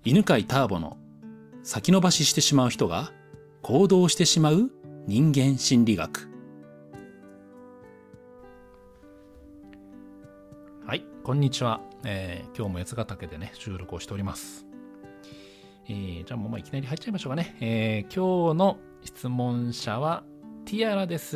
犬飼ターボの先延ばししてしまう人が行動してしまう人間心理学。はい、こんにちは。今日も八ヶ岳でね収録をしております。じゃあもういきなり入っちゃいましょうかね。今日の質問者はティアラです。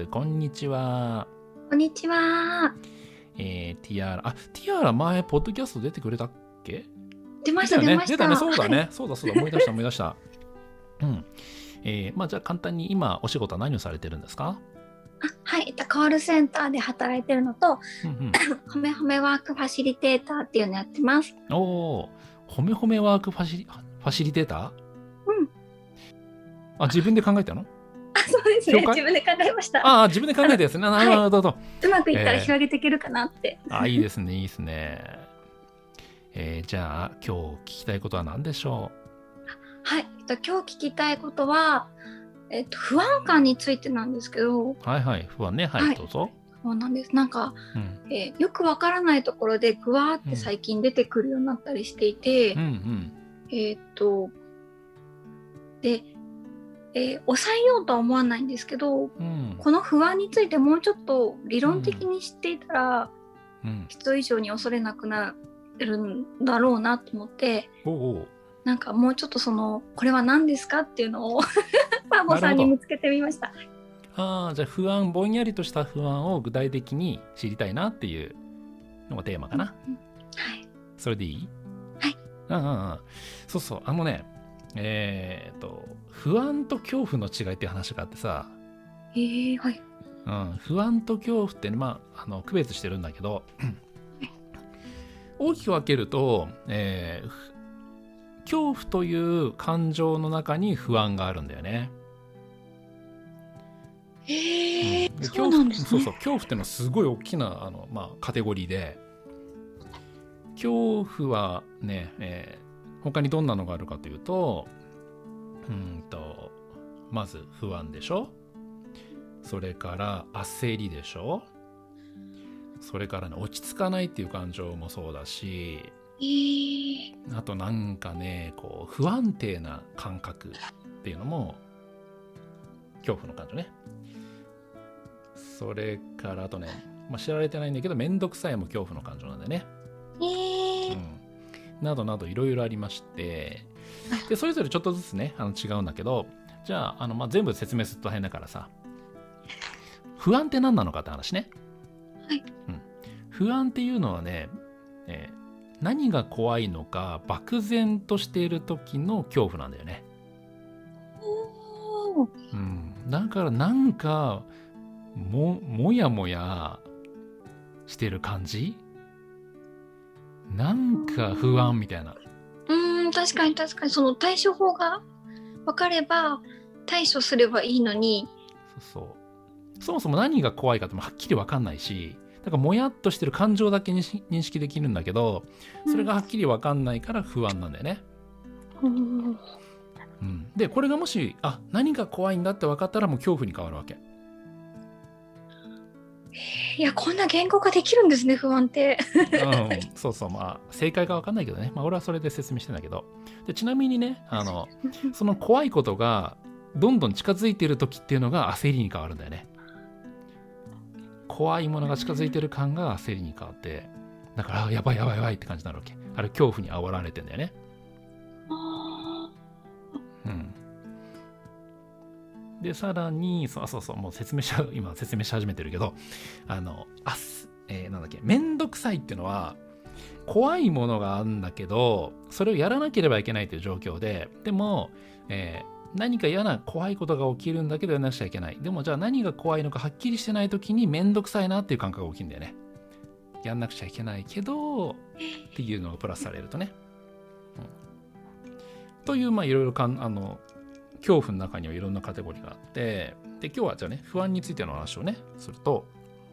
こんにちは。 こんにちは。 ティアラ前ポッドキャスト出てくれたっけ？ 出ました、 ね、 出たね。そうだね、 はい、 そうだ思い出したうん。じゃあ簡単に今お仕事は何をされてるんですか？ はい、コールセンターで働いてるのと、ほめほめワークファシリテーターっていうのやってます。 おー、ほめほめワークファシリテーター？自分で考えたの？ そうですね、自分で考えました。 自分で考えたやつね。なるほど、 はい、うまくいったら広げていけるかなって。 いいですね、いいですね。じゃあ今日聞きたいことは何でしょう？ はい、今日聞きたいことは、不安感についてなんですけど。 はいはい、不安ね。はい、どうぞ。 そうなんです。なんか、よくわからないところでぐわーって最近出てくるようになったりしていて、で、抑えようとは思わないんですけど、この不安についてもうちょっと理論的に知っていたら、人以上に恐れなくなるんだろうなと思って、なんかもうちょっとこれは何ですかっていうのをパーボさんに見つけてみました。 じゃあ不安、ぼんやりとした不安を具体的に知りたいなっていうのがテーマかな。はい。それでいい？ はい。 そう、不安と恐怖の違いっていう話があってさ。 はい。 不安と恐怖って区別してるんだけど、大きく分けると、恐怖という感情の中に不安があるんだよね。 そうなんですね。 恐怖っていうのはすごい大きなカテゴリーで、恐怖はね、他にどんなのがあるかというと、まず不安でしょ。それから焦りでしょ。それからね、落ち着かないっていう感情もそうだし、あとなんかね、こう不安定な感覚っていうのも恐怖の感情ね。それからあとね、知られてないんだけど、めんどくさいも恐怖の感情なんだよね。などなどいろいろありまして、でそれぞれちょっとずつね違うんだけど、じゃあ全部説明すると大変だからさ、不安って何なのかって話ね。不安っていうのはね、何が怖いのか漠然としている時の恐怖なんだよね。だからなんかもやもやしてる感じ、なんか不安みたいな。 確かにその対処法が分かれば対処すればいいのに、 そもそも何が怖いかってもはっきり分かんないし、だからもやっとしてる感情だけに認識できるんだけど、それがはっきり分かんないから不安なんだよね。でこれがもし何が怖いんだって分かったらもう恐怖に変わるわけ。 いや、こんな言語化できるんですね、不安って。 正解が分かんないけどね、俺はそれで説明してんだけど、でちなみにねその怖いことがどんどん近づいている時っていうのが焦りに変わるんだよね。怖いものが近づいてる感が焦りに変わって、だからやばいって感じになるわけ。あれ恐怖に煽られてんだよね。でさらにもう今説明し始めてるけど、なんだっけ、めんどくさいっていうのは怖いものがあるんだけど、それをやらなければいけないという状況で、でも、何か嫌な怖いことが起きるんだけどやらなくちゃいけない。でもじゃあ何が怖いのかはっきりしてない時にめんどくさいなっていう感覚が起きるんだよね。やんなくちゃいけないけどっていうのがプラスされるとね。といういろいろ恐怖の中にはいろんなカテゴリーがあって、で今日はじゃあね不安についての話をねすると、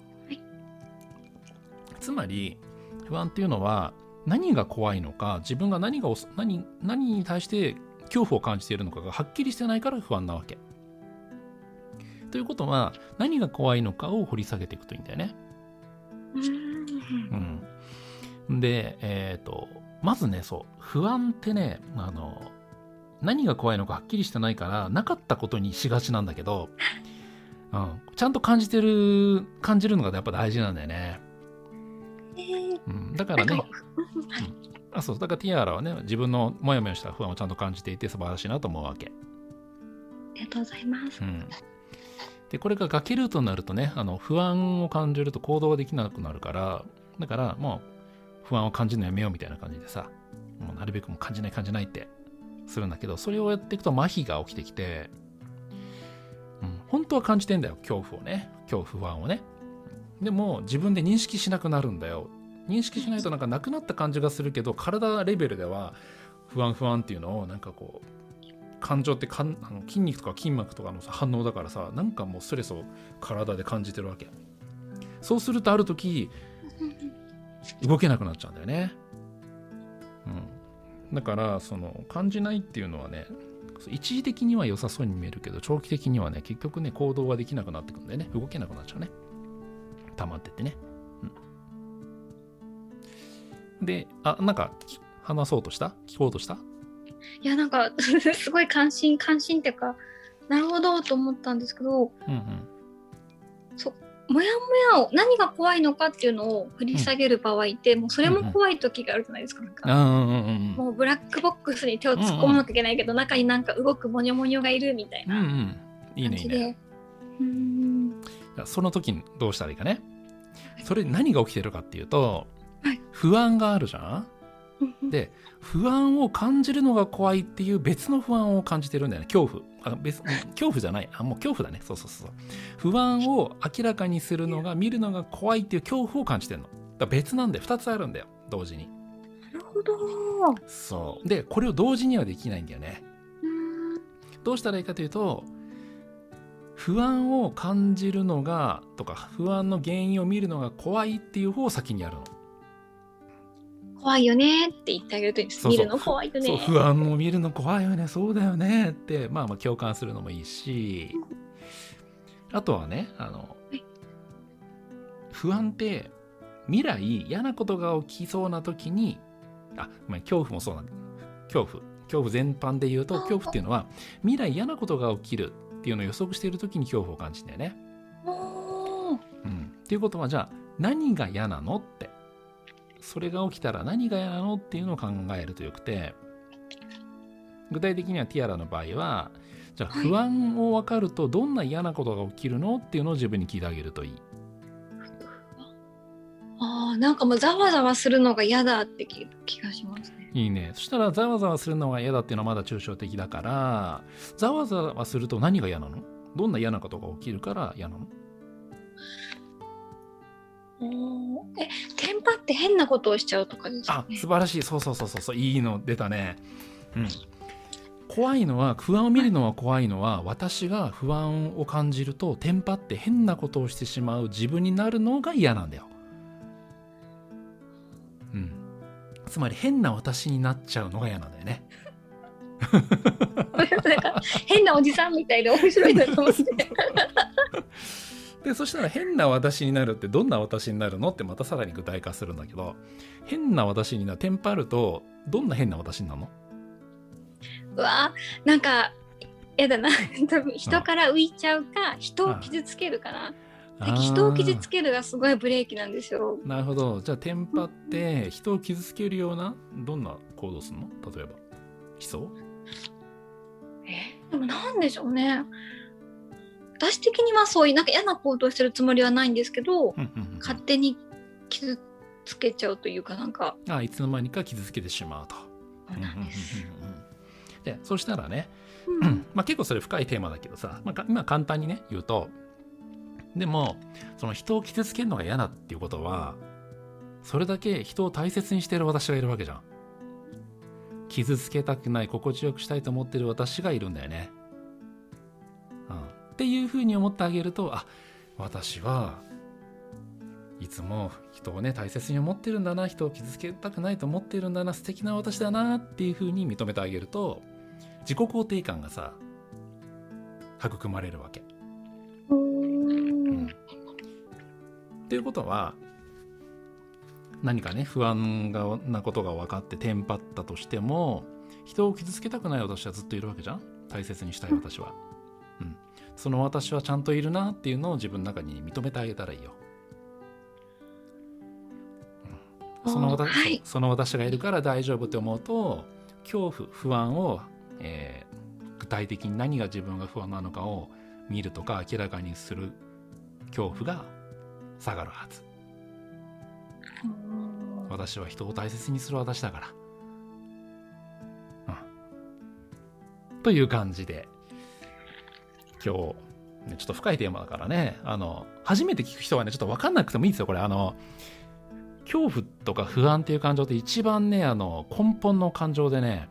つまり不安っていうのは何が怖いのか、自分が何に対して恐怖を感じているのかがはっきりしてないから不安なわけ。ということは何が怖いのかを掘り下げていくといいんだよね。 で、まずね、そう、不安ってね、何が怖いのかはっきりしてないから、なかったことにしがちなんだけど、ちゃんと感じるのがやっぱ大事なんだよね。だからね、そうだからティアラはね、自分のモヤモヤした不安をちゃんと感じていて素晴らしいなと思うわけ。 ありがとうございます。 でこれが崖ルートになるとね、不安を感じると行動ができなくなるから、だからもう不安を感じるのやめようみたいな感じでさ、もうなるべくもう感じないってするんだけど、それをやっていくと麻痺が起きてきて、本当は感じてんだよ、恐怖不安をね。でも自分で認識しなくなるんだよ。認識しないとなんかなくなった感じがするけど、体レベルでは不安っていうのをなんかこう、感情って筋肉とか筋膜とかの反応だからさ、なんかもうストレスを体で感じてるわけ。そうするとある時動けなくなっちゃうんだよね。だからその感じないっていうのはね、一時的には良さそうに見えるけど、長期的にはね、結局ね、行動ができなくなってくるんだよね。動けなくなっちゃうね。溜まってってね。で、なんか話そうとした？聞こうとした？ いや、なんかすごい関心っていうか、なるほどと思ったんですけど、もやもやを何が怖いのかっていうのを振り下げる場合って、もうそれも怖い時があるじゃないですか。もうブラックボックスに手を突っ込まなきゃいけないけど、中になんか動くモニョモニョがいるみたいな感じで。 その時にどうしたらいいかね。それ何が起きてるかっていうと、不安があるじゃん。で、不安を感じるのが怖いっていう別の不安を感じてるんだよね。恐怖じゃない。もう恐怖だね。そう。不安を明らかにするのが、見るのが怖いっていう恐怖を感じてるの。だから別なんで2つあるんだよ、同時に。 なるほど。 そうで、これを同時にはできないんだよね。どうしたらいいかというと、不安を感じるのがとか、不安の原因を見るのが怖いっていう方を先にやるの。 怖いよねって言ってあげるといいです。見るの怖いよね。 不安を見るの怖いよね、そうだよねって、まあ共感するのもいいし、あとはね、不安って未来嫌なことが起きそうな時に、恐怖もそうなんだ。恐怖全般で言うと、恐怖っていうのは未来嫌なことが起きるっていうのを予測している時に恐怖を感じるんだよね。っていうことは、じゃあ何が嫌なのって、それが起きたら何が嫌なのっていうのを考えるとよくて、具体的にはティアラの場合は、じゃあ不安を分かるとどんな嫌なことが起きるのっていうのを自分に聞いてあげるといい。 なんかもうざわざわするのが嫌だって気がしますね。 いいね。そしたらざわざわするのが嫌だっていうのはまだ抽象的だから、ざわざわすると何が嫌なの？どんな嫌なことが起きるから嫌なの？ テンパって変なことをしちゃうとかですかね。 素晴らしい。そう、いいの出たね。怖いのは、不安を見るのは怖いのは、私が不安を感じるとテンパって変なことをしてしまう自分になるのが嫌なんだよ。つまり変な私になっちゃうのが嫌なんだよね。 なんか変なおじさんみたいで面白いなと思って。 で、そしたら変な私になるってどんな私になるのってまたさらに具体化するんだけど、変な私になる、テンパるとどんな変な私になるの？ うわ、なんかやだな。多分人から浮いちゃうか、人を傷つけるかな。人を傷つけるがすごいブレーキなんですよ。 なるほど。じゃあテンパって人を傷つけるようなどんな行動するの？例えばしそう？ でもなんでしょうね。私的にはそういうなんか嫌な行動してるつもりはないんですけど、勝手に傷つけちゃうというか、なんかいつの間にか傷つけてしまうと。 そうなんです。 で、そしたらね、結構それ深いテーマだけどさ、今簡単にね言うと、でもその人を傷つけるのが嫌だっていうことは、それだけ人を大切にしている私がいるわけじゃん。傷つけたくない、心地よくしたいと思っている私がいるんだよね。っていうふうに思ってあげると、私はいつも人をね大切に思ってるんだな、人を傷つけたくないと思ってるんだな、素敵な私だなっていうふうに認めてあげると、自己肯定感がさ育まれるわけ。っていうことは、 何かね不安なことが分かってテンパったとしても、人を傷つけたくない私はずっといるわけじゃん。大切にしたい私は、その私はちゃんといるなっていうのを自分の中に認めてあげたらいいよ。その私がいるから大丈夫って思うと、恐怖不安を、具体的に何が自分が不安なのかを見るとか明らかにする恐怖が下がるはず。私は人を大切にする私だから、という感じで今日、ね、ちょっと深いテーマだからね、初めて聞く人はねちょっと分かんなくてもいいんですよこれ。恐怖とか不安っていう感情って一番ね根本の感情でね、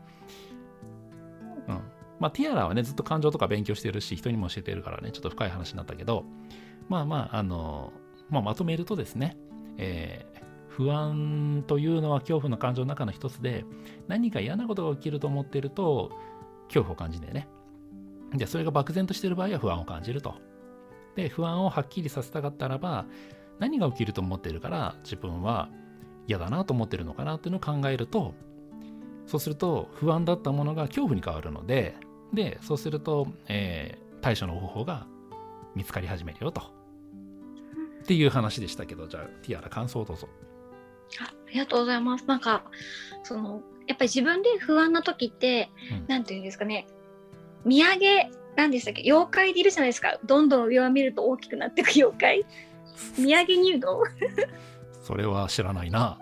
まあティアラはねずっと感情とか勉強してるし人にも教えてるからねちょっと深い話になったけど、まとめるとですね、不安というのは恐怖の感情の中の一つで、何か嫌なことが起きると思っていると恐怖を感じるんだよね。でそれが漠然としている場合は不安を感じると。で不安をはっきりさせたかったらば、何が起きると思っているから自分は嫌だなと思ってるのかなっていうのを考えると、そうすると不安だったものが恐怖に変わるので、そうすると、対処の方法が見つかり始めるよとっていう話でしたけど、じゃあティアラ感想をどうぞ。 ありがとうございます。なんかやっぱり自分で不安な時って、なんていうんですかね、見上げなんでしたっけ、妖怪でいるじゃないですか。どんどん上を見ると大きくなっていく妖怪。見上げ入道それは知らないな。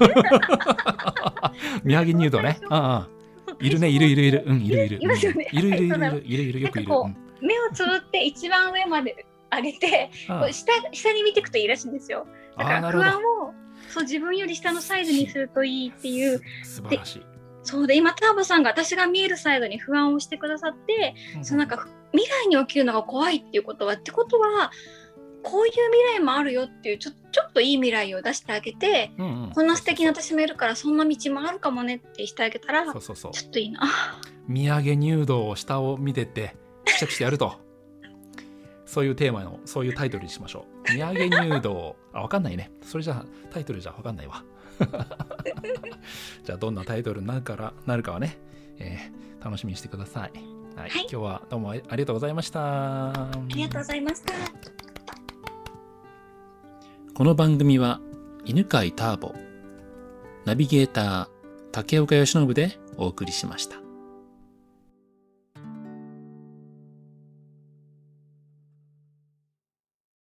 見上げ入道ね。いるね、いる。いるますよね。 いるよくいる。 目をつぶって一番上まで上げて、下に見ていくといいらしいんですよ。だから不安を自分より下のサイズにするといいっていう。 素晴らしい。 そうで、今ターボさんが私が見えるサイドに不安をしてくださって、なんか未来に起きるのが怖いっていうことはこういう未来もあるよっていうちょっといい未来を出してあげて、こんな素敵な私もいるからそんな道もあるかもねってしてあげたら、ちょっといいな。 見上げ入道を下を見てって試着してやるとそういうテーマのそういうタイトルにしましょう。見上げ入道分かんないね。それじゃタイトルじゃ分かんないわ。じゃあどんなタイトルになるかはね、楽しみにしてください。はい、今日はどうもありがとうございました。 ありがとうございました。 この番組は犬飼ターボ、ナビゲーター竹岡由伸でお送りしました。